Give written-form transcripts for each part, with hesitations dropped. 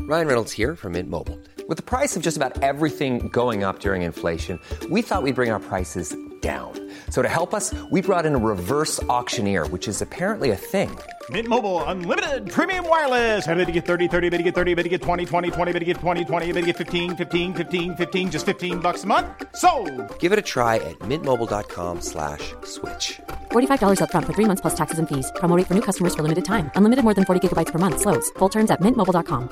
Ryan Reynolds here from Mint Mobile. With the price of just about everything going up during inflation, we thought we'd bring our prices down. So to help us, we brought in a reverse auctioneer, which is apparently a thing. Mint Mobile Unlimited Premium Wireless. How to get 30, 30, how to get 30, how to get 20, 20, 20, how to get 20, 20, how to get 15, 15, 15, 15, just $15 a month? Sold! Give it a try at mintmobile.com/switch. $45 up front for 3 months plus taxes and fees. Promo rate for new customers for limited time. Unlimited more than 40 gigabytes per month. Slows full terms at mintmobile.com.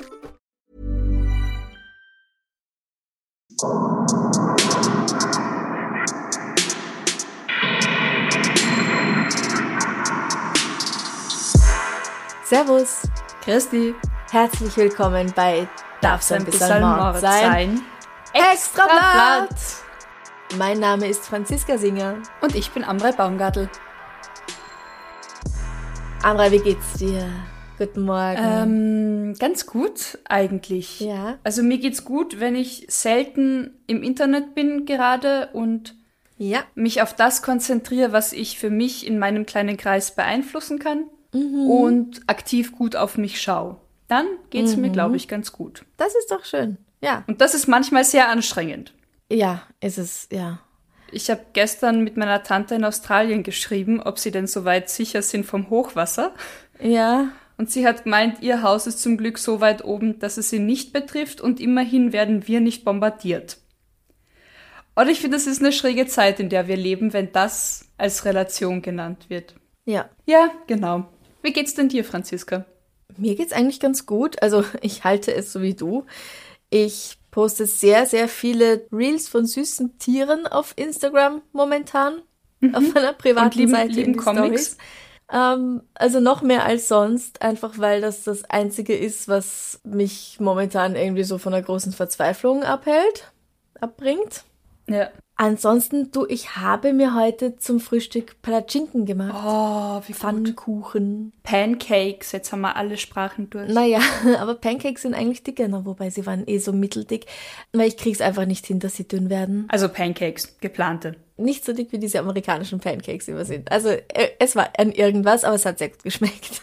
Servus, Christi, herzlich willkommen bei Darf's ein bisschen Mord sein? Extrablatt! Mein Name ist Franziska Singer. Und ich bin Amrei Baumgartl. Amrei, wie geht's dir? Guten Morgen. Ganz gut eigentlich. Ja. Also mir geht's gut, wenn ich selten im Internet bin gerade und mich auf das konzentriere, was ich für mich in meinem kleinen Kreis beeinflussen kann und aktiv gut auf mich schaue. Dann geht's mir, glaube ich, ganz gut. Das ist doch schön, ja. Und das ist manchmal sehr anstrengend. Ja, ist es, ja. Ich habe gestern mit meiner Tante in Australien geschrieben, ob sie denn soweit sicher sind vom Hochwasser. Ja. Und sie hat gemeint, ihr Haus ist zum Glück so weit oben, dass es sie nicht betrifft und immerhin werden wir nicht bombardiert. Und ich finde, das ist eine schräge Zeit, in der wir leben, wenn das als Relation genannt wird. Ja. Ja, genau. Wie geht's denn dir, Franziska? Mir geht's eigentlich ganz gut. Also ich halte es so wie du. Ich poste sehr, sehr viele Reels von süßen Tieren auf Instagram momentan. Auf meiner privaten Seite lieben in die Comics. Stories. Also noch mehr als sonst, einfach weil das das Einzige ist, was mich momentan irgendwie so von einer großen Verzweiflung abbringt. Ja. Ansonsten, ich habe mir heute zum Frühstück Palatschinken gemacht. Oh, wie Pfannkuchen. Pancakes, jetzt haben wir alle Sprachen durch. Naja, aber Pancakes sind eigentlich dicker, wobei sie waren so mitteldick, weil ich krieg's einfach nicht hin, dass sie dünn werden. Also Pancakes, geplante. Nicht so dick wie diese amerikanischen Pancakes, die wir sind. Also es war ein irgendwas, aber es hat sehr gut geschmeckt.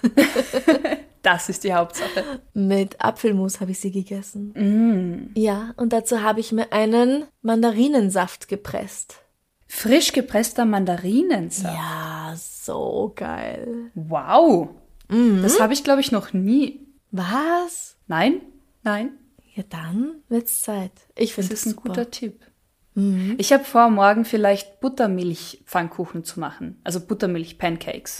Das ist die Hauptsache. Mit Apfelmus habe ich sie gegessen. Mm. Ja, und dazu habe ich mir einen Mandarinensaft gepresst. Frisch gepresster Mandarinensaft? Ja, so geil. Wow. Das habe ich, glaube ich, noch nie. Was? Nein? Ja, dann wird's Zeit. Ich finde das ist ein super. guter Tipp. Ich habe vor, morgen vielleicht Buttermilch-Pfannkuchen zu machen. Also Buttermilch-Pancakes.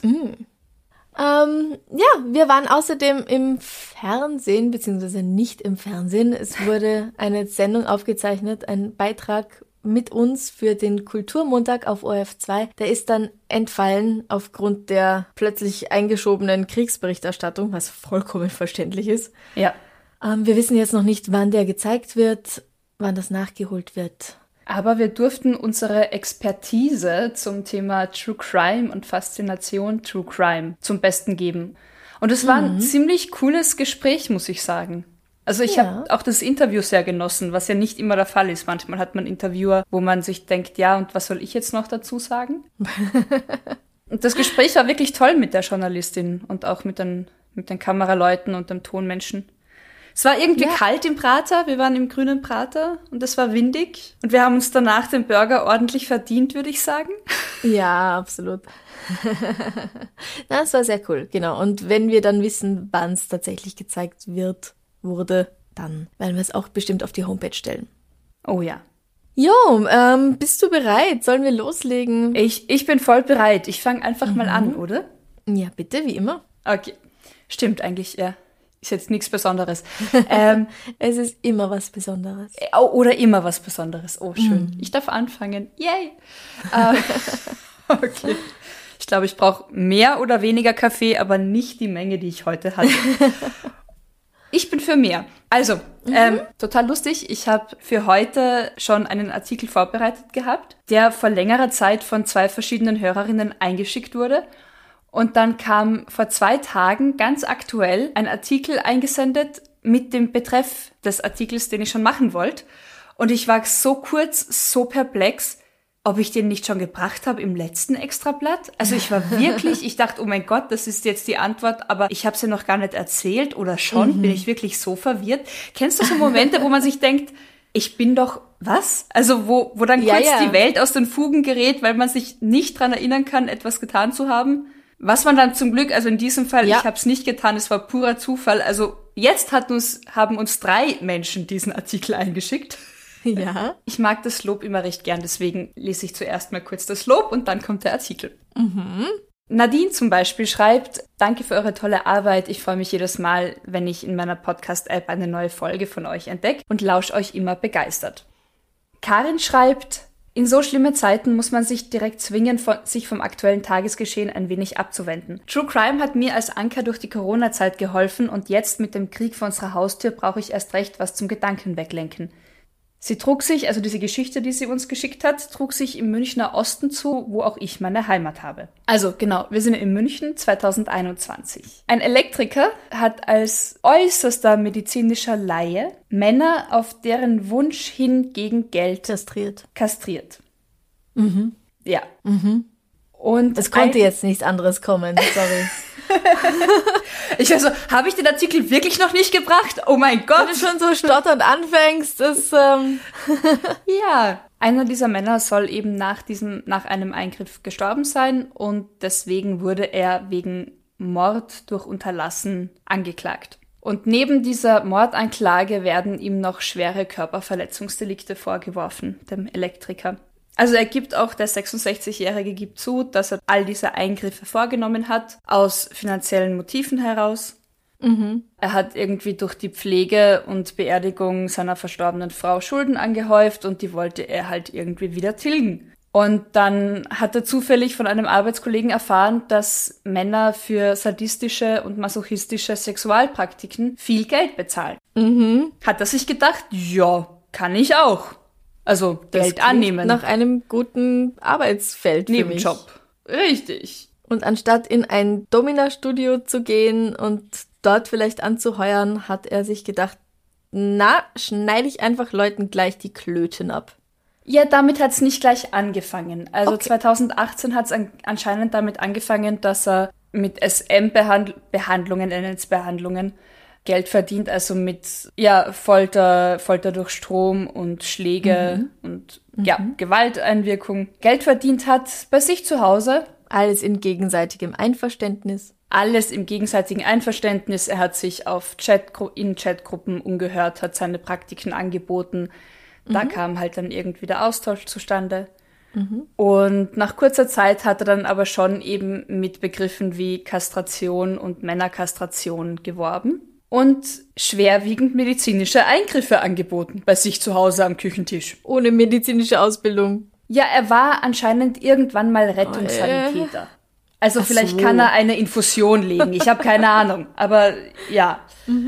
Ja, wir waren außerdem im Fernsehen, beziehungsweise nicht im Fernsehen. Es wurde eine Sendung aufgezeichnet, ein Beitrag mit uns für den Kulturmontag auf ORF2. Der ist dann entfallen aufgrund der plötzlich eingeschobenen Kriegsberichterstattung, was vollkommen verständlich ist. Ja. Wir wissen jetzt noch nicht, wann der gezeigt wird, wann das nachgeholt wird. Aber wir durften unsere Expertise zum Thema True Crime und Faszination True Crime zum Besten geben. Und es war ein ziemlich cooles Gespräch, muss ich sagen. Also ich habe auch das Interview sehr genossen, was ja nicht immer der Fall ist. Manchmal hat man Interviewer, wo man sich denkt, ja, und was soll ich jetzt noch dazu sagen? Und das Gespräch war wirklich toll mit der Journalistin und auch mit den Kameraleuten und dem Tonmenschen. Es war irgendwie kalt im Prater, wir waren im grünen Prater und es war windig. Und wir haben uns danach den Burger ordentlich verdient, würde ich sagen. Ja, absolut. Das war sehr cool, genau. Und wenn wir dann wissen, wann es tatsächlich gezeigt wurde, dann werden wir es auch bestimmt auf die Homepage stellen. Oh ja. Jo, bist du bereit? Sollen wir loslegen? Ich bin voll bereit. Ich fange einfach mal an, oder? Ja, bitte, wie immer. Okay. Stimmt eigentlich, ja. Ist jetzt nichts Besonderes. Es ist immer was Besonderes. Oder immer was Besonderes. Oh, schön. Ich darf anfangen. Yay! Okay. Ich glaube, ich brauche mehr oder weniger Kaffee, aber nicht die Menge, die ich heute hatte. Ich bin für mehr. Also, total lustig. Ich habe für heute schon einen Artikel vorbereitet gehabt, der vor längerer Zeit von 2 verschiedenen Hörerinnen eingeschickt wurde. Und dann kam vor 2 Tagen ganz aktuell ein Artikel eingesendet mit dem Betreff des Artikels, den ich schon machen wollte. Und ich war so kurz, so perplex. ob ich den nicht schon gebracht habe im letzten Extrablatt. Also ich dachte, oh mein Gott, das ist jetzt die Antwort, aber ich habe es ja noch gar nicht erzählt oder schon, bin ich wirklich so verwirrt. Kennst du so Momente, wo man sich denkt, ich bin doch, was? Also wo dann kurz die Welt aus den Fugen gerät, weil man sich nicht dran erinnern kann, etwas getan zu haben? Was man dann zum Glück, also in diesem Fall, ich habe es nicht getan, es war purer Zufall. Also jetzt haben uns 3 Menschen diesen Artikel eingeschickt. Ja. Ich mag das Lob immer recht gern, deswegen lese ich zuerst mal kurz das Lob und dann kommt der Artikel. Nadine zum Beispiel schreibt, danke für eure tolle Arbeit. Ich freue mich jedes Mal, wenn ich in meiner Podcast-App eine neue Folge von euch entdecke und lausche euch immer begeistert. Karin schreibt, in so schlimmen Zeiten muss man sich direkt zwingen, sich vom aktuellen Tagesgeschehen ein wenig abzuwenden. True Crime hat mir als Anker durch die Corona-Zeit geholfen und jetzt mit dem Krieg vor unserer Haustür brauche ich erst recht was zum Gedanken weglenken. Sie trug sich, also diese Geschichte, die sie uns geschickt hat, trug sich im Münchner Osten zu, wo auch ich meine Heimat habe. Also genau, wir sind in München 2021. Ein Elektriker hat als äußerster medizinischer Laie Männer auf deren Wunsch hin gegen Geld kastriert. Ja. Und es konnte jetzt nichts anderes kommen, sorry. Habe ich den Artikel wirklich noch nicht gebracht? Oh mein Gott. Wenn du schon so stotternd anfängst, ist... Ja, einer dieser Männer soll eben nach einem Eingriff gestorben sein und deswegen wurde er wegen Mord durch Unterlassen angeklagt. Und neben dieser Mordanklage werden ihm noch schwere Körperverletzungsdelikte vorgeworfen, dem Elektriker. Also der 66-Jährige gibt zu, dass er all diese Eingriffe vorgenommen hat, aus finanziellen Motiven heraus. Er hat irgendwie durch die Pflege und Beerdigung seiner verstorbenen Frau Schulden angehäuft und die wollte er halt irgendwie wieder tilgen. Und dann hat er zufällig von einem Arbeitskollegen erfahren, dass Männer für sadistische und masochistische Sexualpraktiken viel Geld bezahlen. Hat er sich gedacht, ja, kann ich auch. Also Geld annehmen. Nach einem guten Arbeitsfeld für Nebenjob. mich. Richtig. Und anstatt in ein Domina-Studio zu gehen und dort vielleicht anzuheuern, hat er sich gedacht, schneide ich einfach Leuten gleich die Klöten ab. Ja, damit hat's nicht gleich angefangen. Also okay. 2018 hat's anscheinend damit angefangen, dass er mit SM-Behandlungen Geld verdient, also mit Folter durch Strom und Schläge und Gewalteinwirkung Geld verdient hat bei sich zu Hause. Alles in gegenseitigem Einverständnis. Alles im gegenseitigen Einverständnis. Er hat sich in Chatgruppen umgehört, hat seine Praktiken angeboten. Da kam halt dann irgendwie der Austausch zustande. Und nach kurzer Zeit hat er dann aber schon eben mit Begriffen wie Kastration und Männerkastration geworben. Und schwerwiegend medizinische Eingriffe angeboten bei sich zu Hause am Küchentisch. Ohne medizinische Ausbildung. Ja, er war anscheinend irgendwann mal Rettungssanitäter. Also vielleicht kann er eine Infusion legen. Ich habe keine Ahnung. Aber ja.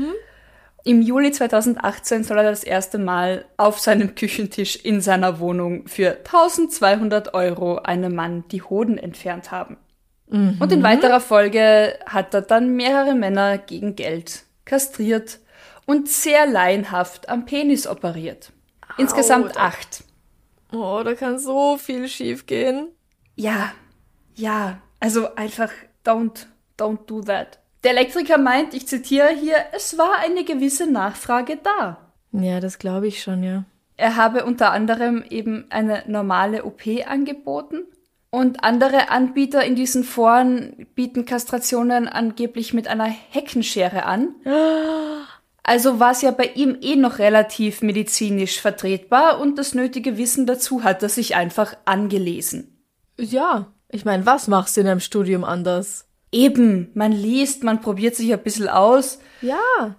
Im Juli 2018 soll er das erste Mal auf seinem Küchentisch in seiner Wohnung für 1.200 € einem Mann die Hoden entfernt haben. Und in weiterer Folge hat er dann mehrere Männer gegen Geld kastriert und sehr laienhaft am Penis operiert. Insgesamt 8. Oh, da kann so viel schief gehen. Ja, also einfach don't do that. Der Elektriker meint, ich zitiere hier, es war eine gewisse Nachfrage da. Ja, das glaube ich schon, ja. Er habe unter anderem eben eine normale OP angeboten und andere Anbieter in diesen Foren bieten Kastrationen angeblich mit einer Heckenschere an. Also war es ja bei ihm noch relativ medizinisch vertretbar und das nötige Wissen dazu hat er sich einfach angelesen. Ja, ich meine, was machst du in einem Studium anders? Eben, man liest, man probiert sich ein bisschen aus. Ja.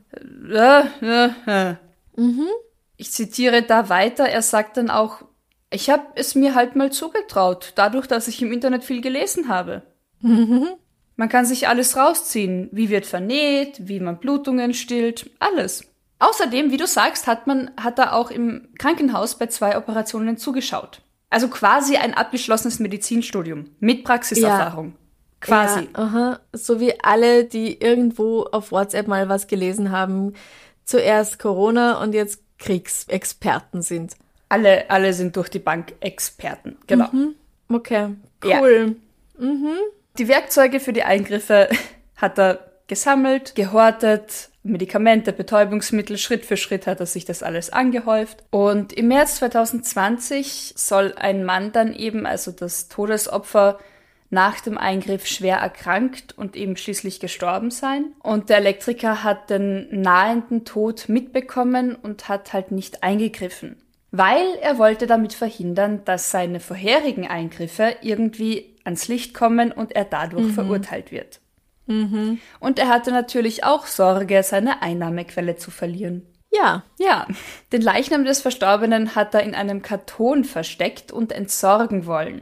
Ich zitiere da weiter, er sagt dann auch, ich habe es mir halt mal zugetraut, dadurch, dass ich im Internet viel gelesen habe. Man kann sich alles rausziehen, wie wird vernäht, wie man Blutungen stillt, alles. Außerdem, wie du sagst, hat er auch im Krankenhaus bei 2 Operationen zugeschaut. Also quasi ein abgeschlossenes Medizinstudium mit Praxiserfahrung. Ja. Quasi. Ja, aha. So wie alle, die irgendwo auf WhatsApp mal was gelesen haben, zuerst Corona und jetzt Kriegsexperten sind. alle sind durch die Bank Experten. Genau. Okay, cool. Ja. Die Werkzeuge für die Eingriffe hat er gesammelt, gehortet, Medikamente, Betäubungsmittel, Schritt für Schritt hat er sich das alles angehäuft. Und im März 2020 soll ein Mann dann eben, also das Todesopfer, nach dem Eingriff schwer erkrankt und eben schließlich gestorben sein. Und der Elektriker hat den nahenden Tod mitbekommen und hat halt nicht eingegriffen. Weil er wollte damit verhindern, dass seine vorherigen Eingriffe irgendwie ans Licht kommen und er dadurch verurteilt wird. Und er hatte natürlich auch Sorge, seine Einnahmequelle zu verlieren. Ja. Ja, den Leichnam des Verstorbenen hat er in einem Karton versteckt und entsorgen wollen.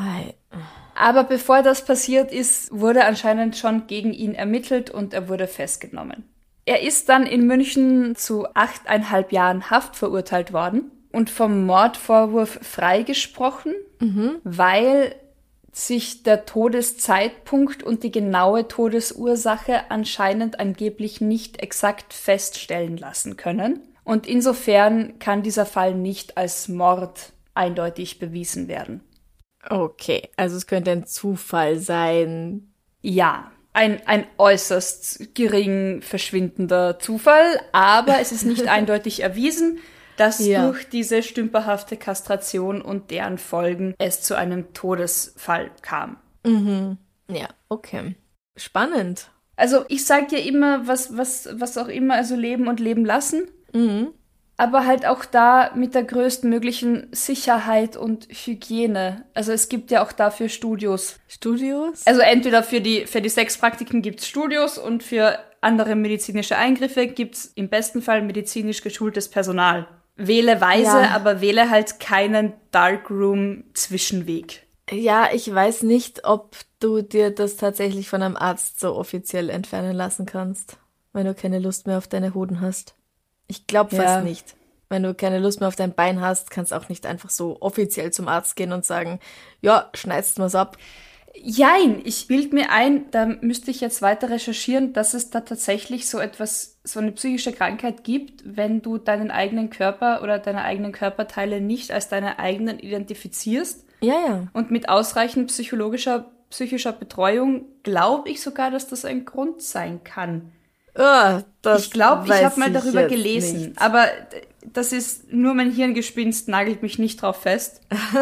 Aber bevor das passiert ist, wurde anscheinend schon gegen ihn ermittelt und er wurde festgenommen. Er ist dann in München zu 8,5 Jahren Haft verurteilt worden und vom Mordvorwurf freigesprochen, weil sich der Todeszeitpunkt und die genaue Todesursache anscheinend angeblich nicht exakt feststellen lassen können. Und insofern kann dieser Fall nicht als Mord eindeutig bewiesen werden. Okay, also es könnte ein Zufall sein. Ja, ein äußerst gering verschwindender Zufall, aber es ist nicht eindeutig erwiesen, dass durch diese stümperhafte Kastration und deren Folgen es zu einem Todesfall kam. Ja, okay. Spannend. Also ich sag dir immer, was auch immer, also leben und leben lassen. Aber halt auch da mit der größtmöglichen Sicherheit und Hygiene. Also es gibt ja auch dafür Studios. Studios? Also entweder für die Sexpraktiken gibt's Studios und für andere medizinische Eingriffe gibt's im besten Fall medizinisch geschultes Personal. Wähle weise, aber wähle halt keinen Darkroom-Zwischenweg. Ja, ich weiß nicht, ob du dir das tatsächlich von einem Arzt so offiziell entfernen lassen kannst, wenn du keine Lust mehr auf deine Hoden hast. Ich glaube fast nicht. Wenn du keine Lust mehr auf dein Bein hast, kannst du auch nicht einfach so offiziell zum Arzt gehen und sagen, ja, schneidest mal's ab. Jein, ich bild mir ein, da müsste ich jetzt weiter recherchieren, dass es da tatsächlich so eine psychische Krankheit gibt, wenn du deinen eigenen Körper oder deine eigenen Körperteile nicht als deine eigenen identifizierst. Ja. Und mit ausreichend psychischer Betreuung glaube ich sogar, dass das ein Grund sein kann. Ich glaube, ich habe mal darüber gelesen, nicht. Aber das ist nur mein Hirngespinst, nagelt mich nicht drauf fest.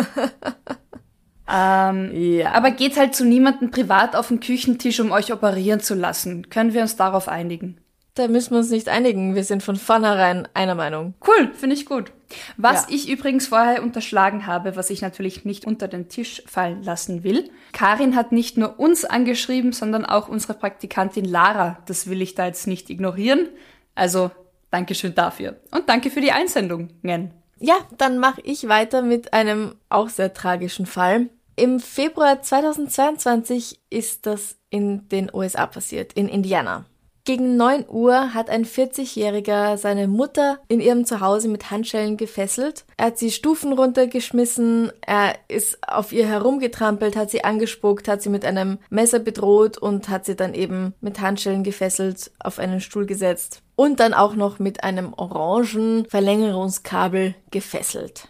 Aber geht halt zu niemandem privat auf den Küchentisch, um euch operieren zu lassen. Können wir uns darauf einigen? Da müssen wir uns nicht einigen. Wir sind von vornherein einer Meinung. Cool, finde ich gut. Was ich übrigens vorher unterschlagen habe, was ich natürlich nicht unter den Tisch fallen lassen will. Karin hat nicht nur uns angeschrieben, sondern auch unsere Praktikantin Lara. Das will ich da jetzt nicht ignorieren. Also, Dankeschön dafür. Und danke für die Einsendungen. Ja, dann mache ich weiter mit einem auch sehr tragischen Fall. Im Februar 2022 ist das in den USA passiert, in Indiana. Gegen 9 Uhr hat ein 40-Jähriger seine Mutter in ihrem Zuhause mit Handschellen gefesselt. Er hat sie Stufen runtergeschmissen, er ist auf ihr herumgetrampelt, hat sie angespuckt, hat sie mit einem Messer bedroht und hat sie dann eben mit Handschellen gefesselt auf einen Stuhl gesetzt und dann auch noch mit einem orangen Verlängerungskabel gefesselt.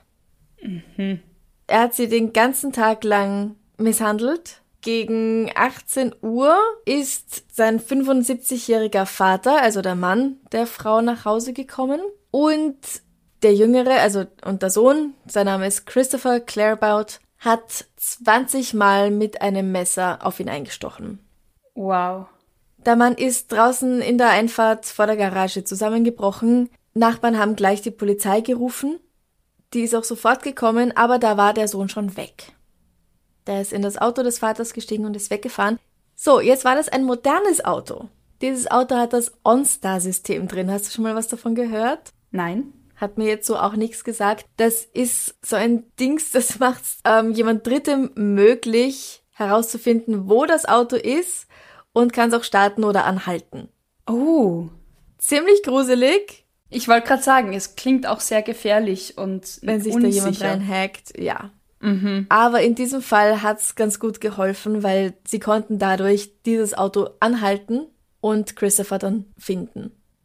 Er hat sie den ganzen Tag lang misshandelt. Gegen 18 Uhr ist sein 75-jähriger Vater, also der Mann der Frau, nach Hause gekommen. Und der Jüngere, und der Sohn, sein Name ist Christopher Clairbout, hat 20 Mal mit einem Messer auf ihn eingestochen. Wow. Der Mann ist draußen in der Einfahrt vor der Garage zusammengebrochen. Nachbarn haben gleich die Polizei gerufen. Die ist auch sofort gekommen, aber da war der Sohn schon weg. Der ist in das Auto des Vaters gestiegen und ist weggefahren. So, jetzt war das ein modernes Auto. Dieses Auto hat das OnStar-System drin. Hast du schon mal was davon gehört? Nein. Hat mir jetzt so auch nichts gesagt. Das ist so ein Dings, das macht jemand Drittem möglich, herauszufinden, wo das Auto ist und kann es auch starten oder anhalten. Oh. Ziemlich gruselig. Ich wollte gerade sagen, es klingt auch sehr gefährlich und wenn sich unsicher. Da jemand reinhackt, ja. Aber in diesem Fall hat's ganz gut geholfen, weil sie konnten dadurch dieses Auto anhalten und Christopher dann finden.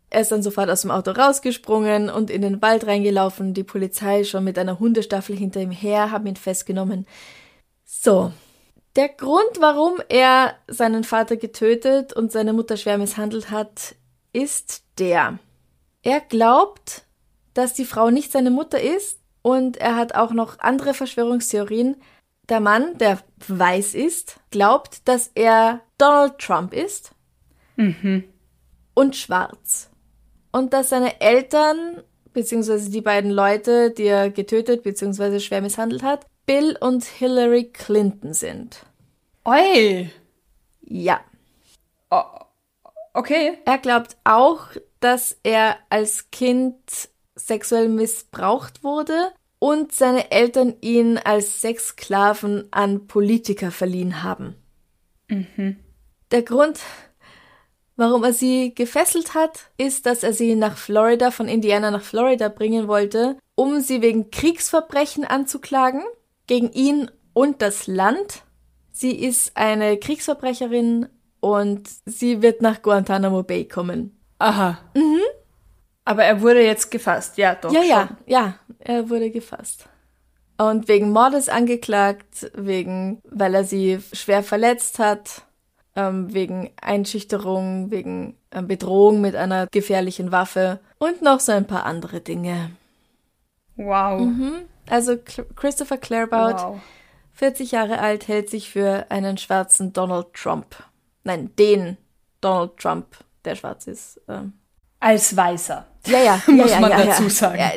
Er ist dann sofort aus dem Auto rausgesprungen und in den Wald reingelaufen. Die Polizei schon mit einer Hundestaffel hinter ihm her, haben ihn festgenommen. So, der Grund, warum er seinen Vater getötet und seine Mutter schwer misshandelt hat, ist der. Er glaubt, dass die Frau nicht seine Mutter ist und er hat auch noch andere Verschwörungstheorien. Der Mann, der weiß ist, glaubt, dass er Donald Trump ist und schwarz. Und dass seine Eltern, beziehungsweise die beiden Leute, die er getötet beziehungsweise schwer misshandelt hat, Bill und Hillary Clinton sind. Oi! Ja. Oh, okay. Er glaubt auch, dass er als Kind sexuell missbraucht wurde und seine Eltern ihn als Sexsklaven an Politiker verliehen haben. Der Grund, warum er sie gefesselt hat, ist, dass er sie von Indiana nach Florida bringen wollte, um sie wegen Kriegsverbrechen anzuklagen, gegen ihn und das Land. Sie ist eine Kriegsverbrecherin und sie wird nach Guantanamo Bay kommen. Aha. Aber er wurde jetzt gefasst, ja doch. Ja, er wurde gefasst. Und wegen Mordes angeklagt, weil er sie schwer verletzt hat, wegen Einschüchterung, wegen Bedrohung mit einer gefährlichen Waffe und noch so ein paar andere Dinge. Wow. Also Christopher Claerbout, 40 Jahre alt, hält sich für einen schwarzen Donald Trump. Nein, den Donald Trump, der schwarz ist. Als Weißer. Ja, muss man dazu sagen. Ja.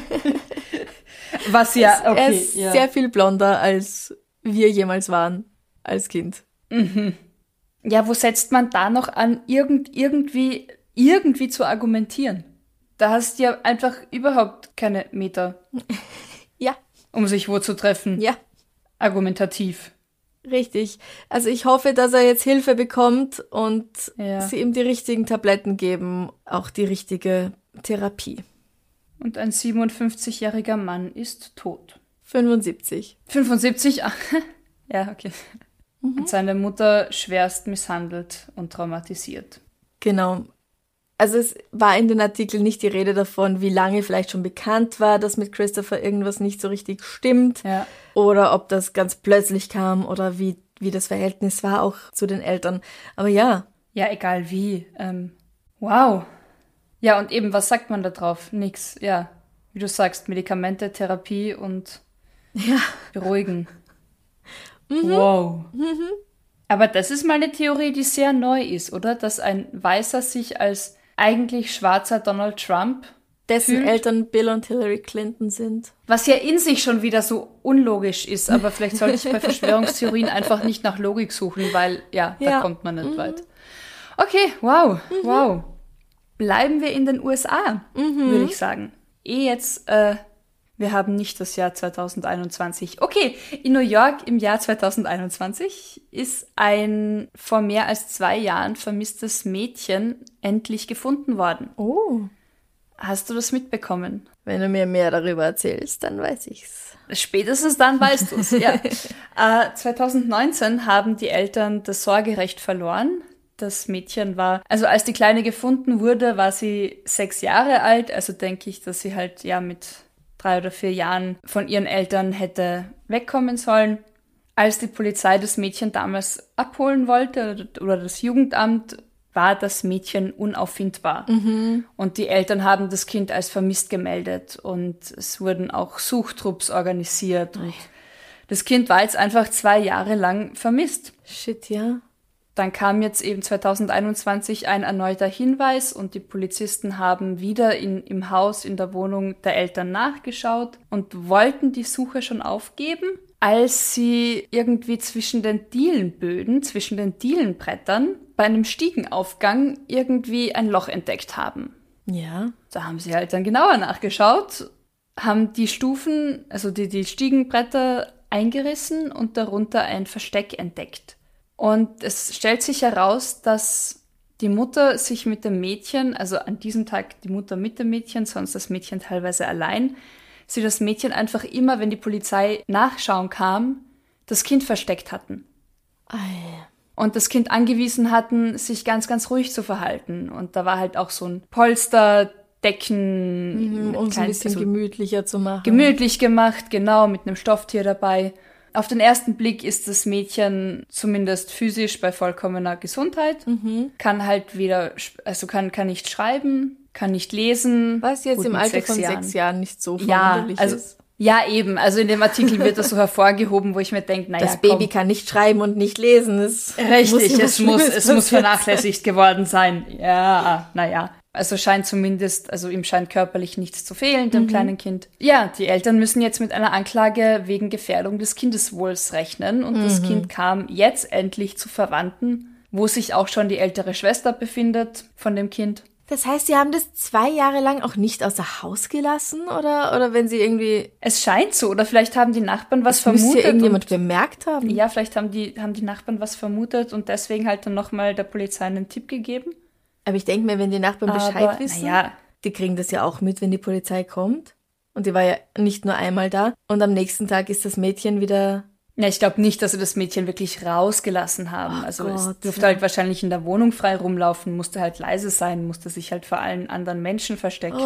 Was ja, okay. Er ist sehr viel blonder, als wir jemals waren als Kind. Ja, wo setzt man da noch an, irgendwie zu argumentieren? Da hast du ja einfach überhaupt keine Meter. Ja. Um sich wo zu treffen. Ja. Argumentativ. Richtig. Also ich hoffe, dass er jetzt Hilfe bekommt und sie ihm die richtigen Tabletten geben, auch die richtige Therapie. Und ein 57-jähriger Mann ist tot. 75. 75? Ach, ja, okay. Und seine Mutter schwerst misshandelt und traumatisiert. Genau. Also es war in den Artikeln nicht die Rede davon, wie lange vielleicht schon bekannt war, dass mit Christopher irgendwas nicht so richtig stimmt. Ja. Oder ob das ganz plötzlich kam oder wie das Verhältnis war auch zu den Eltern. Aber ja. Ja, egal wie. Wow. Ja, und eben, was sagt man da drauf? Nix. Ja, wie du sagst, Medikamente, Therapie und beruhigen. Wow. Aber das ist mal eine Theorie, die sehr neu ist, oder? Dass ein Weißer sich als eigentlich schwarzer Donald Trump dessen fühlt. Eltern Bill und Hillary Clinton sind. Was ja in sich schon wieder so unlogisch ist, aber vielleicht sollte ich bei Verschwörungstheorien einfach nicht nach Logik suchen, weil, da kommt man nicht weit. Okay, wow. Bleiben wir in den USA, würde ich sagen. Jetzt, wir haben nicht das Jahr 2021. Okay, in New York im Jahr 2021 ist ein vor mehr als 2 Jahren vermisstes Mädchen endlich gefunden worden. Oh. Hast du das mitbekommen? Wenn du mir mehr darüber erzählst, dann weiß ich's. Spätestens dann weißt du's, ja. 2019 haben die Eltern das Sorgerecht verloren. Das Mädchen als die Kleine gefunden wurde, war sie 6 Jahre alt. Also denke ich, dass sie halt mit 3 oder 4 Jahren von ihren Eltern hätte wegkommen sollen. Als die Polizei das Mädchen damals abholen wollte oder das Jugendamt, war das Mädchen unauffindbar. Und die Eltern haben das Kind als vermisst gemeldet und es wurden auch Suchtrupps organisiert. Und das Kind war jetzt einfach 2 Jahre lang vermisst. Shit, ja. Dann kam jetzt eben 2021 ein erneuter Hinweis und die Polizisten haben wieder im Haus, in der Wohnung der Eltern nachgeschaut und wollten die Suche schon aufgeben, als sie irgendwie zwischen den Dielenböden, zwischen den Dielenbrettern bei einem Stiegenaufgang irgendwie ein Loch entdeckt haben. Ja. Da haben sie halt dann genauer nachgeschaut, haben die Stufen, also die Stiegenbretter eingerissen und darunter ein Versteck entdeckt. Und es stellt sich heraus, dass die Mutter sich mit dem Mädchen, also an diesem Tag die Mutter mit dem Mädchen, sonst das Mädchen teilweise allein, sie das Mädchen einfach immer, wenn die Polizei nachschauen kam, das Kind versteckt hatten. und das Kind angewiesen hatten, sich ganz, ganz ruhig zu verhalten. Und da war halt auch so ein Polster, Decken. Um es ein bisschen gemütlicher zu machen. Gemütlich gemacht, genau, mit einem Stofftier dabei. Auf den ersten Blick ist das Mädchen zumindest physisch bei vollkommener Gesundheit. Kann halt kann nicht schreiben, kann nicht lesen. Was jetzt im Alter von 6 Jahren nicht so verwunderlich ist. Ja, eben. Also in dem Artikel wird das so hervorgehoben, wo ich mir denke, naja, das Baby kann nicht schreiben und nicht lesen. Richtig, es muss vernachlässigt geworden sein. Ja, naja. Also ihm scheint körperlich nichts zu fehlen, dem kleinen Kind. Ja, die Eltern müssen jetzt mit einer Anklage wegen Gefährdung des Kindeswohls rechnen. Und das Kind kam jetzt endlich zu Verwandten, wo sich auch schon die ältere Schwester befindet von dem Kind. Das heißt, sie haben das 2 Jahre lang auch nicht außer Haus gelassen? Oder wenn sie irgendwie... Es scheint so. Oder vielleicht haben die Nachbarn was vermutet. Müsste irgendjemand bemerkt haben? Ja, vielleicht haben die Nachbarn was vermutet und deswegen halt dann nochmal der Polizei einen Tipp gegeben. Aber ich denke mir, wenn die Nachbarn Bescheid wissen, die kriegen das ja auch mit, wenn die Polizei kommt. Und die war ja nicht nur einmal da. Und am nächsten Tag ist das Mädchen wieder... Ja, ich glaube nicht, dass sie das Mädchen wirklich rausgelassen haben. Es durfte halt wahrscheinlich in der Wohnung frei rumlaufen, musste halt leise sein, musste sich halt vor allen anderen Menschen verstecken.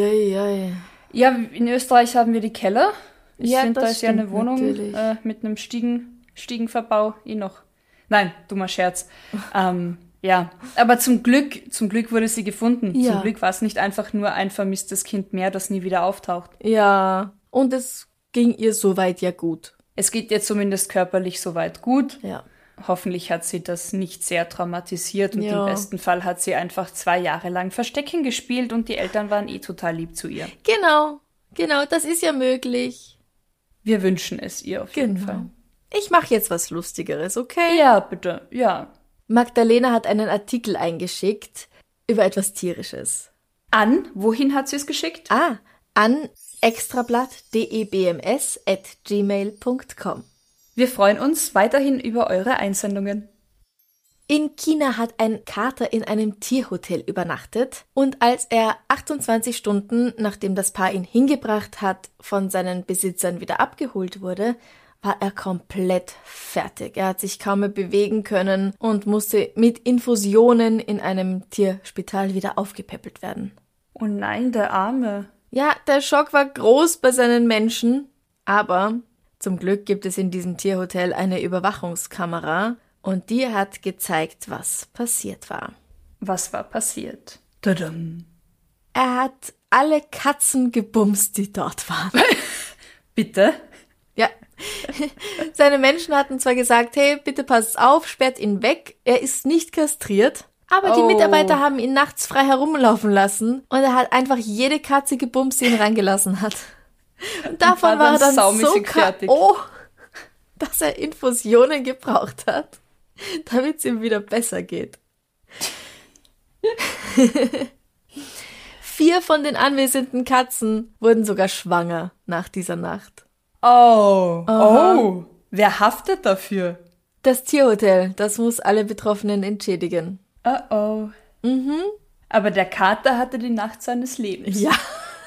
Ja, in Österreich haben wir die Keller. Ich finde, da ist ja eine Wohnung mit einem Stiegenverbau noch. Nein, dummer Scherz. Ja, aber zum Glück wurde sie gefunden. Ja. Zum Glück war es nicht einfach nur ein vermisstes Kind mehr, das nie wieder auftaucht. Ja, und es ging ihr soweit ja gut. Es geht ihr zumindest körperlich soweit gut. Ja. Hoffentlich hat sie das nicht sehr traumatisiert und im besten Fall hat sie einfach 2 Jahre lang Verstecken gespielt und die Eltern waren total lieb zu ihr. Genau, das ist ja möglich. Wir wünschen es ihr auf jeden Fall. Ich mache jetzt was Lustigeres, okay? Ja, bitte, ja. Magdalena hat einen Artikel eingeschickt über etwas Tierisches. Wohin hat sie es geschickt? An extrablatt.debms@gmail.com. Wir freuen uns weiterhin über eure Einsendungen. In China hat ein Kater in einem Tierhotel übernachtet und als er 28 Stunden, nachdem das Paar ihn hingebracht hat, von seinen Besitzern wieder abgeholt wurde, war er komplett fertig. Er hat sich kaum mehr bewegen können und musste mit Infusionen in einem Tierspital wieder aufgepäppelt werden. Oh nein, der Arme. Ja, der Schock war groß bei seinen Menschen, aber zum Glück gibt es in diesem Tierhotel eine Überwachungskamera und die hat gezeigt, was passiert war. Was war passiert? Tadam. Er hat alle Katzen gebumst, die dort waren. Bitte? Ja. Seine Menschen hatten zwar gesagt, hey, bitte passt auf, sperrt ihn weg, er ist nicht kastriert. Aber die Mitarbeiter haben ihn nachts frei herumlaufen lassen und er hat einfach jede Katze gebumst, die ihn reingelassen hat. Und davon war er dann so K.O., dass er Infusionen gebraucht hat, damit es ihm wieder besser geht. 4 von den anwesenden Katzen wurden sogar schwanger nach dieser Nacht. Oh, wer haftet dafür? Das Tierhotel, das muss alle Betroffenen entschädigen. Oh. Aber der Kater hatte die Nacht seines Lebens. Ja.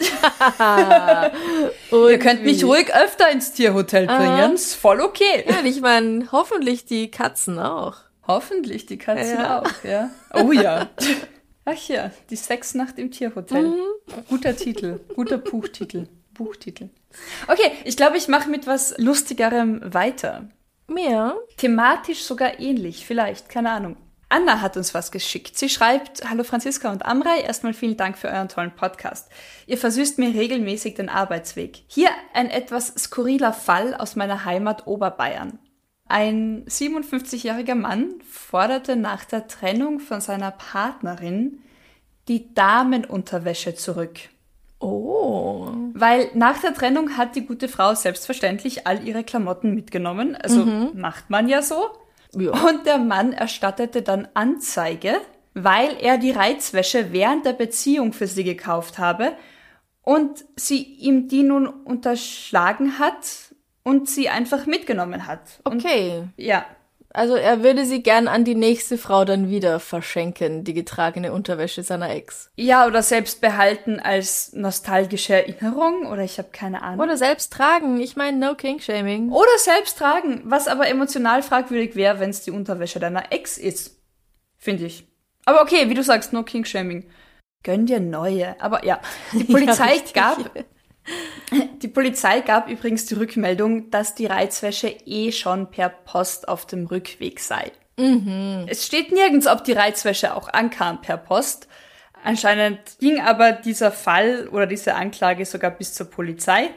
Ihr könnt mich ruhig öfter ins Tierhotel bringen, ist voll okay. Ja, und ich meine, hoffentlich die Katzen auch. Hoffentlich die Katzen auch, ja. Oh ja. Ach ja, die Sexnacht im Tierhotel. Guter Titel, guter Buchtitel. Okay, ich glaube, ich mache mit was Lustigerem weiter. Ja. Thematisch sogar ähnlich, vielleicht, keine Ahnung. Anna hat uns was geschickt. Sie schreibt, hallo Franziska und Amrei, erstmal vielen Dank für euren tollen Podcast. Ihr versüßt mir regelmäßig den Arbeitsweg. Hier ein etwas skurriler Fall aus meiner Heimat Oberbayern. Ein 57-jähriger Mann forderte nach der Trennung von seiner Partnerin die Damenunterwäsche zurück. Oh. Weil nach der Trennung hat die gute Frau selbstverständlich all ihre Klamotten mitgenommen. Also macht man ja so. Ja. Und der Mann erstattete dann Anzeige, weil er die Reizwäsche während der Beziehung für sie gekauft habe und sie ihm die nun unterschlagen hat und sie einfach mitgenommen hat. Okay. Und, ja. Also er würde sie gern an die nächste Frau dann wieder verschenken, die getragene Unterwäsche seiner Ex. Ja, oder selbst behalten als nostalgische Erinnerung oder ich habe keine Ahnung. Oder selbst tragen. Ich meine, no King-Shaming. Oder selbst tragen, was aber emotional fragwürdig wäre, wenn es die Unterwäsche deiner Ex ist. Finde ich. Aber okay, wie du sagst, no King-Shaming. Gönn dir neue. Aber ja, die Polizei Die Polizei gab übrigens die Rückmeldung, dass die Reizwäsche schon per Post auf dem Rückweg sei. Es steht nirgends, ob die Reizwäsche auch ankam per Post. Anscheinend ging aber dieser Fall oder diese Anklage sogar bis zur Polizei.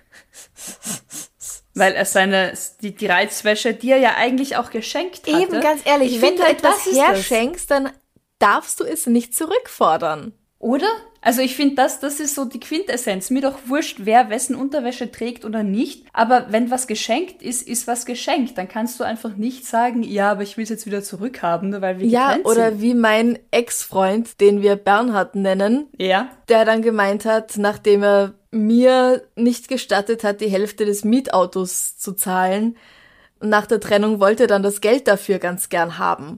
Weil er die Reizwäsche, die er ja eigentlich auch geschenkt hatte. Eben, ganz ehrlich, wenn du etwas herschenkst, dann darfst du es nicht zurückfordern. Oder? Also ich finde, das ist so die Quintessenz. Mir doch wurscht, wer wessen Unterwäsche trägt oder nicht. Aber wenn was geschenkt ist, ist was geschenkt. Dann kannst du einfach nicht sagen, ja, aber ich will es jetzt wieder zurückhaben, nur weil wir getrennt sind. Ja, oder wie mein Ex-Freund, den wir Bernhard nennen, ja, der dann gemeint hat, nachdem er mir nicht gestattet hat, die Hälfte des Mietautos zu zahlen, nach der Trennung wollte er dann das Geld dafür ganz gern haben.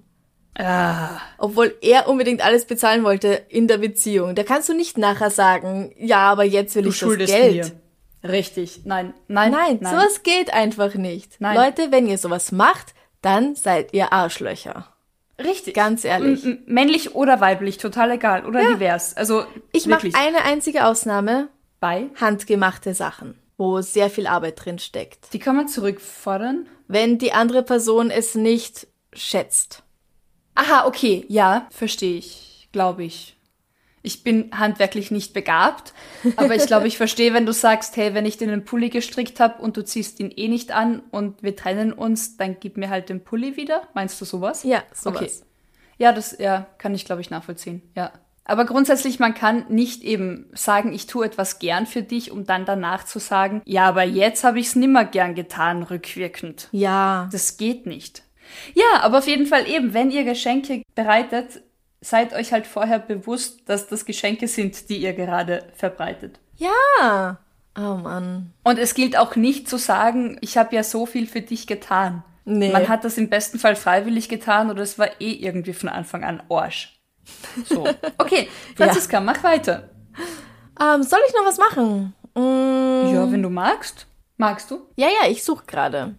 Obwohl er unbedingt alles bezahlen wollte in der Beziehung. Da kannst du nicht nachher sagen, ja, aber jetzt will ich das Geld. Mir. Richtig. Nein. Sowas geht einfach nicht. Nein. Leute, wenn ihr sowas macht, dann seid ihr Arschlöcher. Richtig. Ganz ehrlich. Männlich oder weiblich, total egal. Oder divers. Also ich mache eine einzige Ausnahme. Bei handgemachte Sachen, wo sehr viel Arbeit drin steckt. Die kann man zurückfordern? Wenn die andere Person es nicht schätzt. Aha, okay, ja, verstehe ich, glaube ich. Ich bin handwerklich nicht begabt, aber ich glaube, ich verstehe, wenn du sagst, hey, wenn ich dir einen Pulli gestrickt habe und du ziehst ihn eh nicht an und wir trennen uns, dann gib mir halt den Pulli wieder. Meinst du sowas? Ja, sowas. Okay. Ja, das kann ich, glaube ich, nachvollziehen, ja. Aber grundsätzlich, man kann nicht eben sagen, ich tue etwas gern für dich, um dann danach zu sagen, ja, aber jetzt habe ich es nimmer gern getan, rückwirkend. Ja. Das geht nicht. Ja, aber auf jeden Fall eben, wenn ihr Geschenke bereitet, seid euch halt vorher bewusst, dass das Geschenke sind, die ihr gerade verbreitet. Ja. Oh Mann. Und es gilt auch nicht zu sagen, ich habe ja so viel für dich getan. Nee. Man hat das im besten Fall freiwillig getan oder es war irgendwie von Anfang an Arsch. So. Okay, Franziska, mach weiter. Soll ich noch was machen? Ja, wenn du magst. Magst du? Ja, ich suche gerade.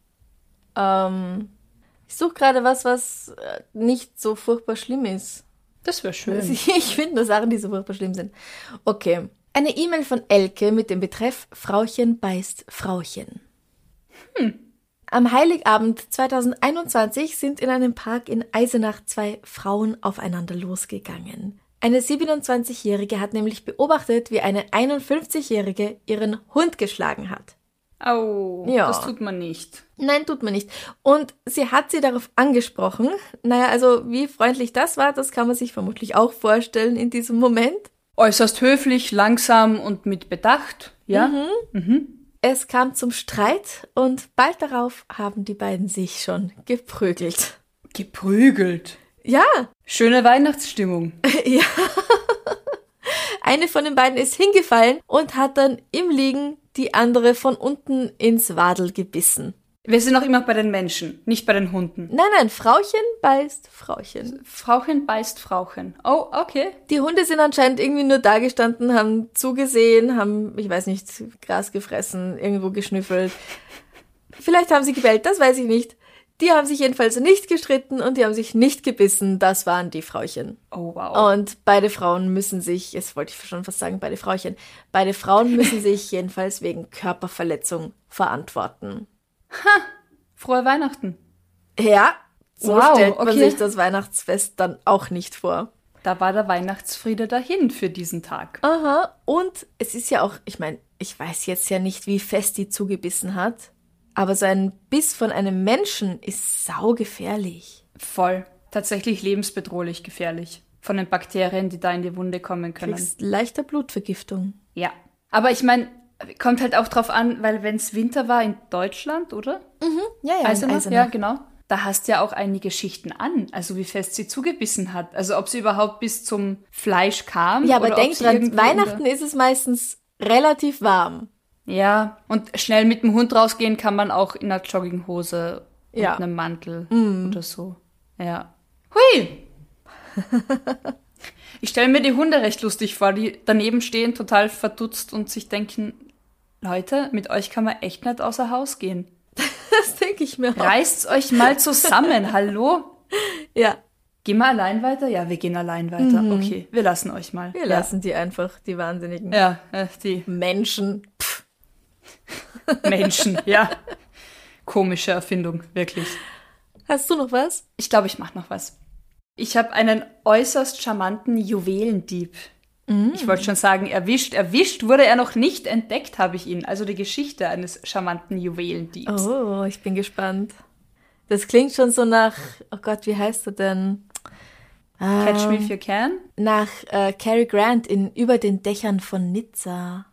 Ich suche gerade was nicht so furchtbar schlimm ist. Das wäre schön. Ich finde nur Sachen, die so furchtbar schlimm sind. Okay. Eine E-Mail von Elke mit dem Betreff Frauchen beißt Frauchen. Am Heiligabend 2021 sind in einem Park in Eisenach 2 Frauen aufeinander losgegangen. Eine 27-Jährige hat nämlich beobachtet, wie eine 51-Jährige ihren Hund geschlagen hat. Au, ja. Das tut man nicht. Nein, tut man nicht. Und sie hat sie darauf angesprochen. Naja, also wie freundlich das war, das kann man sich vermutlich auch vorstellen in diesem Moment. Äußerst höflich, langsam und mit Bedacht, ja? Es kam zum Streit und bald darauf haben die beiden sich schon geprügelt. Geprügelt? Ja. Schöne Weihnachtsstimmung. Ja. Eine von den beiden ist hingefallen und hat dann im Liegen die andere von unten ins Wadel gebissen. Wir sind noch immer bei den Menschen, nicht bei den Hunden. Nein, Frauchen beißt Frauchen. Frauchen beißt Frauchen. Oh, okay. Die Hunde sind anscheinend irgendwie nur da gestanden, haben zugesehen, haben, ich weiß nicht, Gras gefressen, irgendwo geschnüffelt. Vielleicht haben sie gebellt, das weiß ich nicht. Die haben sich jedenfalls nicht gestritten und die haben sich nicht gebissen. Das waren die Frauchen. Oh, wow. Und beide Frauen müssen sich, jetzt wollte ich schon fast sagen, beide Frauen müssen sich jedenfalls wegen Körperverletzung verantworten. Ha! Frohe Weihnachten. Ja, so stellt man okay. sich das Weihnachtsfest dann auch nicht vor. Da war der Weihnachtsfriede dahin für diesen Tag. Aha, und es ist ja auch, ich meine, ich weiß jetzt ja nicht, wie fest die zugebissen hat, aber so ein Biss von einem Menschen ist saugefährlich. Voll. Tatsächlich lebensbedrohlich gefährlich. Von den Bakterien, die da in die Wunde kommen können. Kriegst leichter Blutvergiftung. Ja. Aber ich meine, kommt halt auch drauf an, weil wenn es Winter war in Deutschland, oder? Ja, Eisenach, ja, genau. Da hast du ja auch einige Schichten an, also wie fest sie zugebissen hat. Also ob sie überhaupt bis zum Fleisch kam. Ja, aber oder denk dran, Weihnachten ist es meistens relativ warm. Ja, und schnell mit dem Hund rausgehen kann man auch in einer Jogginghose und einem Mantel oder so. Ja. Hui! Ich stelle mir die Hunde recht lustig vor, die daneben stehen, total verdutzt und sich denken, Leute, mit euch kann man echt nicht außer Haus gehen. Das denke ich mir auch. Reißt's euch mal zusammen, hallo? Ja. Gehen wir allein weiter? Ja, wir gehen allein weiter. Okay, wir lassen euch mal. Wir lassen die einfach, die Wahnsinnigen. Ja, die Menschen. Menschen, ja. Komische Erfindung, wirklich. Hast du noch was? Ich glaube, ich mache noch was. Ich habe einen äußerst charmanten Juwelendieb. Ich wollte schon sagen, erwischt. Erwischt wurde er noch nicht, entdeckt habe ich ihn. Also die Geschichte eines charmanten Juwelendiebs. Oh, ich bin gespannt. Das klingt schon so nach, oh Gott, wie heißt er denn? Catch Me If You Can? Nach Cary Grant in Über den Dächern von Nizza.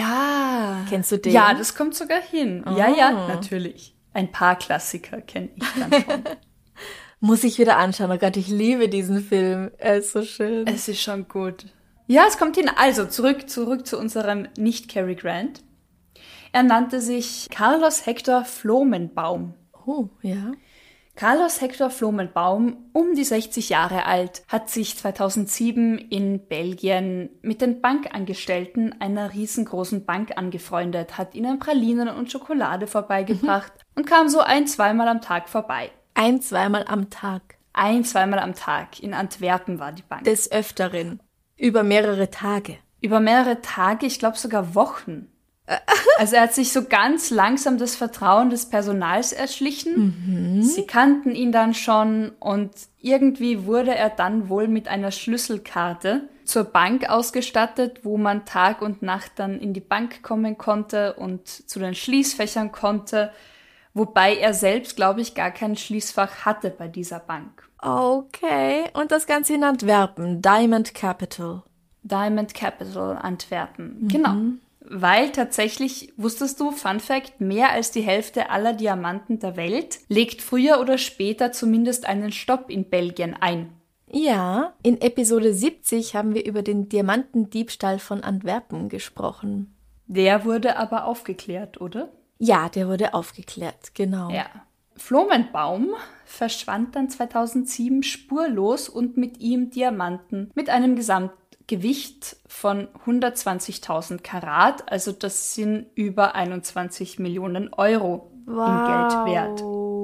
Ja. Kennst du den? Ja, das kommt sogar hin. Oh. Ja, natürlich. Ein paar Klassiker kenne ich dann schon. Muss ich wieder anschauen. Oh Gott, ich liebe diesen Film. Er ist so schön. Es ist schon gut. Ja, es kommt hin. Also, zurück zu unserem Nicht-Cary Grant. Er nannte sich Carlos Hector Flomenbaum. Oh, ja. Carlos Hector Flomenbaum, um die 60 Jahre alt, hat sich 2007 in Belgien mit den Bankangestellten einer riesengroßen Bank angefreundet, hat ihnen Pralinen und Schokolade vorbeigebracht und kam so 1-2 Mal am Tag vorbei. 1-2 Mal am Tag. 1-2 Mal am Tag. In Antwerpen war die Bank. Des Öfteren. Über mehrere Tage. Über mehrere Tage, ich glaube sogar Wochen. Also er hat sich so ganz langsam das Vertrauen des Personals erschlichen. Sie kannten ihn dann schon und irgendwie wurde er dann wohl mit einer Schlüsselkarte zur Bank ausgestattet, wo man Tag und Nacht dann in die Bank kommen konnte und zu den Schließfächern konnte. Wobei er selbst, glaube ich, gar kein Schließfach hatte bei dieser Bank. Okay, und das Ganze in Antwerpen, Diamond Capital. Diamond Capital Antwerpen, genau. Weil tatsächlich, wusstest du, Fun Fact, mehr als die Hälfte aller Diamanten der Welt legt früher oder später zumindest einen Stopp in Belgien ein. Ja, in Episode 70 haben wir über den Diamantendiebstahl von Antwerpen gesprochen. Der wurde aber aufgeklärt, oder? Ja, der wurde aufgeklärt, genau. Ja. Flomenbaum verschwand dann 2007 spurlos und mit ihm Diamanten mit einem Gesamtgewicht von 120.000 Karat, also das sind über 21 Millionen Euro in Geld wert.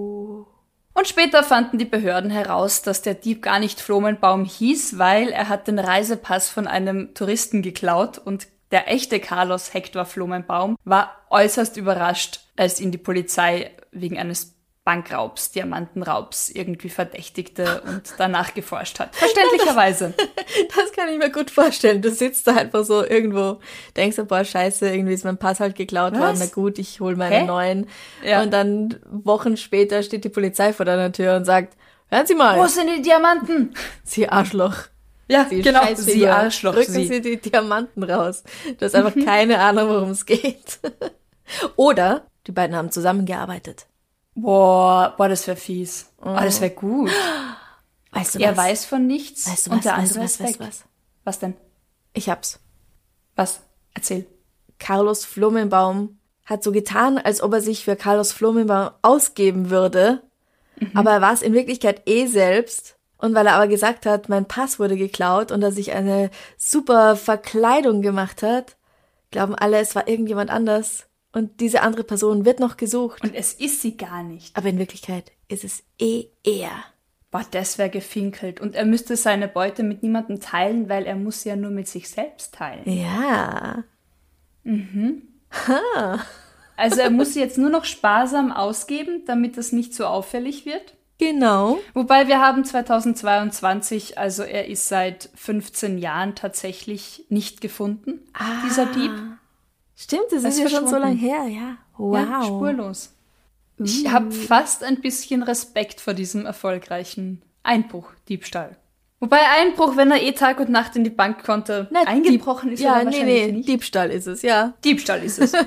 Und später fanden die Behörden heraus, dass der Dieb gar nicht Flomenbaum hieß, weil er hat den Reisepass von einem Touristen geklaut und der echte Carlos Hector Flomenbaum war äußerst überrascht, als ihn die Polizei wegen eines Bankraubs, Diamantenraubs irgendwie verdächtigte und danach geforscht hat. Verständlicherweise. Das kann ich mir gut vorstellen. Du sitzt da einfach so irgendwo, denkst du, boah, scheiße, irgendwie ist mein Pass halt geklaut worden. Na gut, ich hole meinen neuen. Ja. Und dann Wochen später steht die Polizei vor deiner Tür und sagt, hören Sie mal. Wo sind die Diamanten? Sie Arschloch. Ja, genau, Sie Arschloch. Rücken Sie die Diamanten raus. Du hast einfach keine Ahnung, worum es geht. Oder die beiden haben zusammengearbeitet. Boah, das wäre fies. Oh, das wäre gut. Weißt du er weiß von nichts weißt du und was, der andere ist weg. Was denn? Ich hab's. Was? Erzähl. Carlos Flomenbaum hat so getan, als ob er sich für Carlos Flomenbaum ausgeben würde. Aber er war es in Wirklichkeit selbst. Und weil er aber gesagt hat, mein Pass wurde geklaut und er sich eine super Verkleidung gemacht hat, glauben alle, es war irgendjemand anders. Und diese andere Person wird noch gesucht. Und es ist sie gar nicht. Aber in Wirklichkeit ist es er. Boah, das wäre gefinkelt. Und er müsste seine Beute mit niemandem teilen, weil er muss ja nur mit sich selbst teilen. Ja. Also er muss sie jetzt nur noch sparsam ausgeben, damit das nicht so auffällig wird. Genau. Wobei wir haben 2022, also er ist seit 15 Jahren tatsächlich nicht gefunden, dieser Dieb. Stimmt, das ist ja schon so lange her, ja. Wow. Ja, spurlos. Ich habe fast ein bisschen Respekt vor diesem erfolgreichen Einbruch-Diebstahl. Wobei Einbruch, wenn er Tag und Nacht in die Bank konnte, eingebrochen ist er wahrscheinlich nicht. Diebstahl ist es, ja. Diebstahl ist es.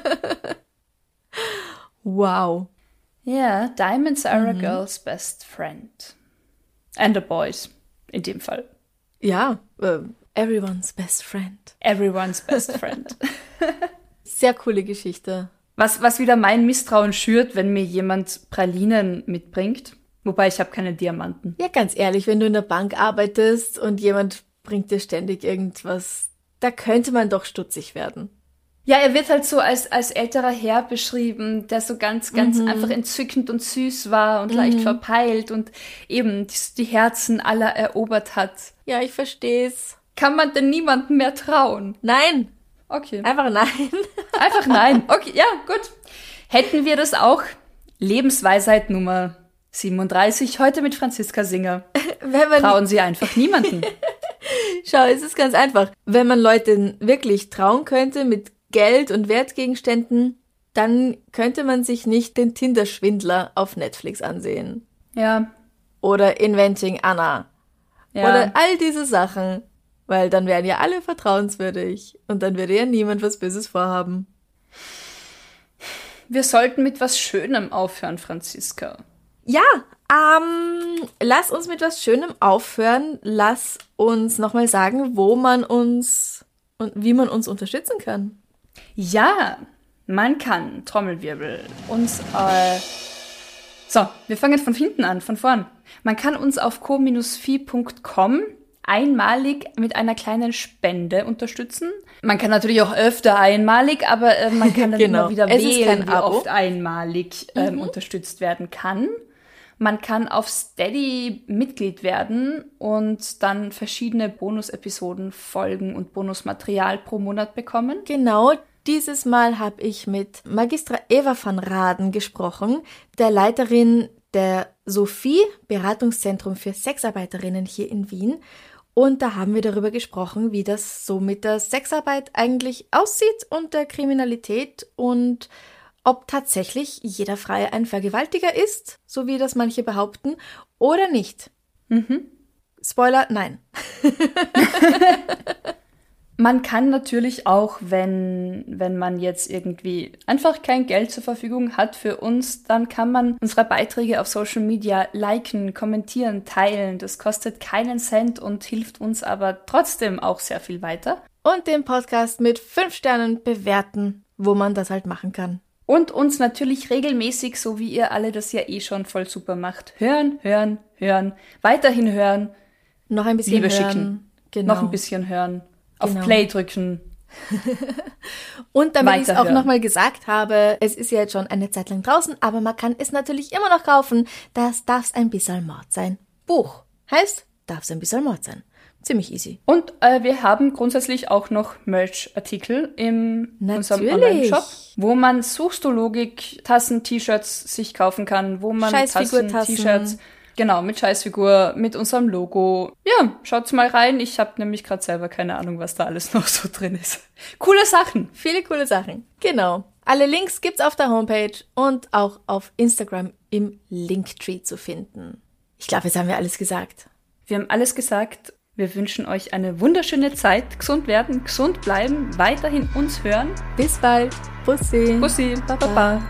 Wow. Ja, Diamonds are a girl's best friend. And a boy's, in dem Fall. Ja, everyone's best friend. Everyone's best friend. Sehr coole Geschichte. Was wieder mein Misstrauen schürt, wenn mir jemand Pralinen mitbringt. Wobei, ich habe keine Diamanten. Ja, ganz ehrlich, wenn du in der Bank arbeitest und jemand bringt dir ständig irgendwas, da könnte man doch stutzig werden. Ja, er wird halt so als älterer Herr beschrieben, der so ganz einfach entzückend und süß war und leicht verpeilt und eben die Herzen aller erobert hat. Ja, ich versteh's. Kann man denn niemandem mehr trauen? Nein. Okay. Einfach nein. Einfach nein. Okay, ja, gut. Hätten wir das auch. Lebensweisheit Nummer 37, heute mit Franziska Singer. Trauen Sie einfach niemanden. Schau, es ist ganz einfach. Wenn man Leuten wirklich trauen könnte mit Geld und Wertgegenständen, dann könnte man sich nicht den Tinder-Schwindler auf Netflix ansehen. Ja. Oder Inventing Anna. Ja. Oder all diese Sachen. Weil dann wären ja alle vertrauenswürdig. Und dann würde ja niemand was Böses vorhaben. Wir sollten mit was Schönem aufhören, Franziska. Ja, lass uns mit was Schönem aufhören. Lass uns nochmal sagen, wo man uns und wie man uns unterstützen kann. Ja, man kann, Trommelwirbel, uns, wir fangen von hinten an, von vorn. Man kann uns auf co-fi.com einmalig mit einer kleinen Spende unterstützen. Man kann natürlich auch öfter einmalig, aber man kann dann immer wieder wählen, wie oft einmalig unterstützt werden kann. Man kann auf Steady Mitglied werden und dann verschiedene Bonus-Episoden, Folgen und Bonusmaterial pro Monat bekommen. Genau, dieses Mal habe ich mit Magistra Eva van Raden gesprochen, der Leiterin der Sophie, Beratungszentrum für Sexarbeiterinnen hier in Wien. Und da haben wir darüber gesprochen, wie das so mit der Sexarbeit eigentlich aussieht und der Kriminalität und ob tatsächlich jeder Freie ein Vergewaltiger ist, so wie das manche behaupten, oder nicht. Spoiler, nein. Man kann natürlich auch, wenn man jetzt irgendwie einfach kein Geld zur Verfügung hat für uns, dann kann man unsere Beiträge auf Social Media liken, kommentieren, teilen. Das kostet keinen Cent und hilft uns aber trotzdem auch sehr viel weiter. Und den Podcast mit 5 Sternen bewerten, wo man das halt machen kann. Und uns natürlich regelmäßig, so wie ihr alle das ja eh schon voll super macht, hören, weiterhin hören. Noch ein bisschen Liebe hören. Schicken. Genau. Noch ein bisschen hören. Auf Genau. Play drücken. Und damit ich es auch Weiterhören. nochmal gesagt habe, es ist ja jetzt schon eine Zeit lang draußen, aber man kann es natürlich immer noch kaufen. Das Darf's ein bisschen Mord sein. Buch. Heißt, Darf's ein bisschen Mord sein. Ziemlich easy. Und wir haben grundsätzlich auch noch Merch-Artikel in unserem Natürlich. Online-Shop, wo man Suchst du Logik, Tassen, T-Shirts sich kaufen kann, wo man Scheißfigur-Tassen. T-Shirts, genau, mit Scheißfigur, mit unserem Logo. Ja, schaut's mal rein. Ich habe nämlich gerade selber keine Ahnung, was da alles noch so drin ist. Coole Sachen. Viele coole Sachen. Genau. Alle Links gibt's auf der Homepage und auch auf Instagram im Linktree zu finden. Ich glaube, jetzt haben wir alles gesagt. Wir haben alles gesagt. Wir wünschen euch eine wunderschöne Zeit. Gesund werden, gesund bleiben, weiterhin uns hören. Bis bald. Bussi. Bussi. Baba.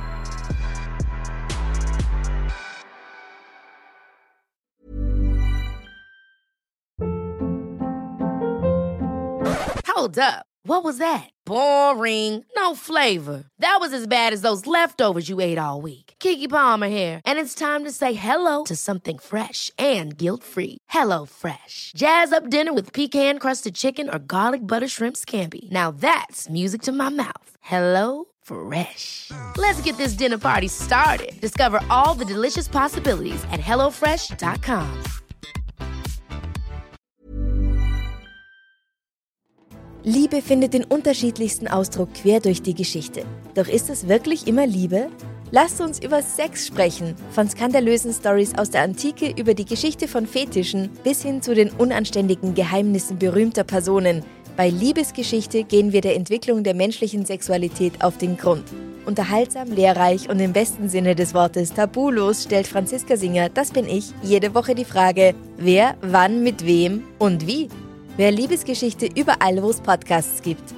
Hold up. What was that? Boring. No flavor. That was as bad as those leftovers you ate all week. Keke Palmer here, and it's time to say hello to something fresh and guilt-free. Hello Fresh. Jazz up dinner with pecan-crusted chicken or garlic butter shrimp scampi. Now that's music to my mouth. Hello Fresh. Let's get this dinner party started. Discover all the delicious possibilities at hellofresh.com. Liebe findet den unterschiedlichsten Ausdruck quer durch die Geschichte. Doch ist es wirklich immer Liebe? Lasst uns über Sex sprechen. Von skandalösen Storys aus der Antike über die Geschichte von Fetischen bis hin zu den unanständigen Geheimnissen berühmter Personen. Bei Liebesgeschichte gehen wir der Entwicklung der menschlichen Sexualität auf den Grund. Unterhaltsam, lehrreich und im besten Sinne des Wortes tabulos stellt Franziska Singer, das bin ich, jede Woche die Frage, wer, wann, mit wem und wie. Wer Liebesgeschichte überall, wo es Podcasts gibt.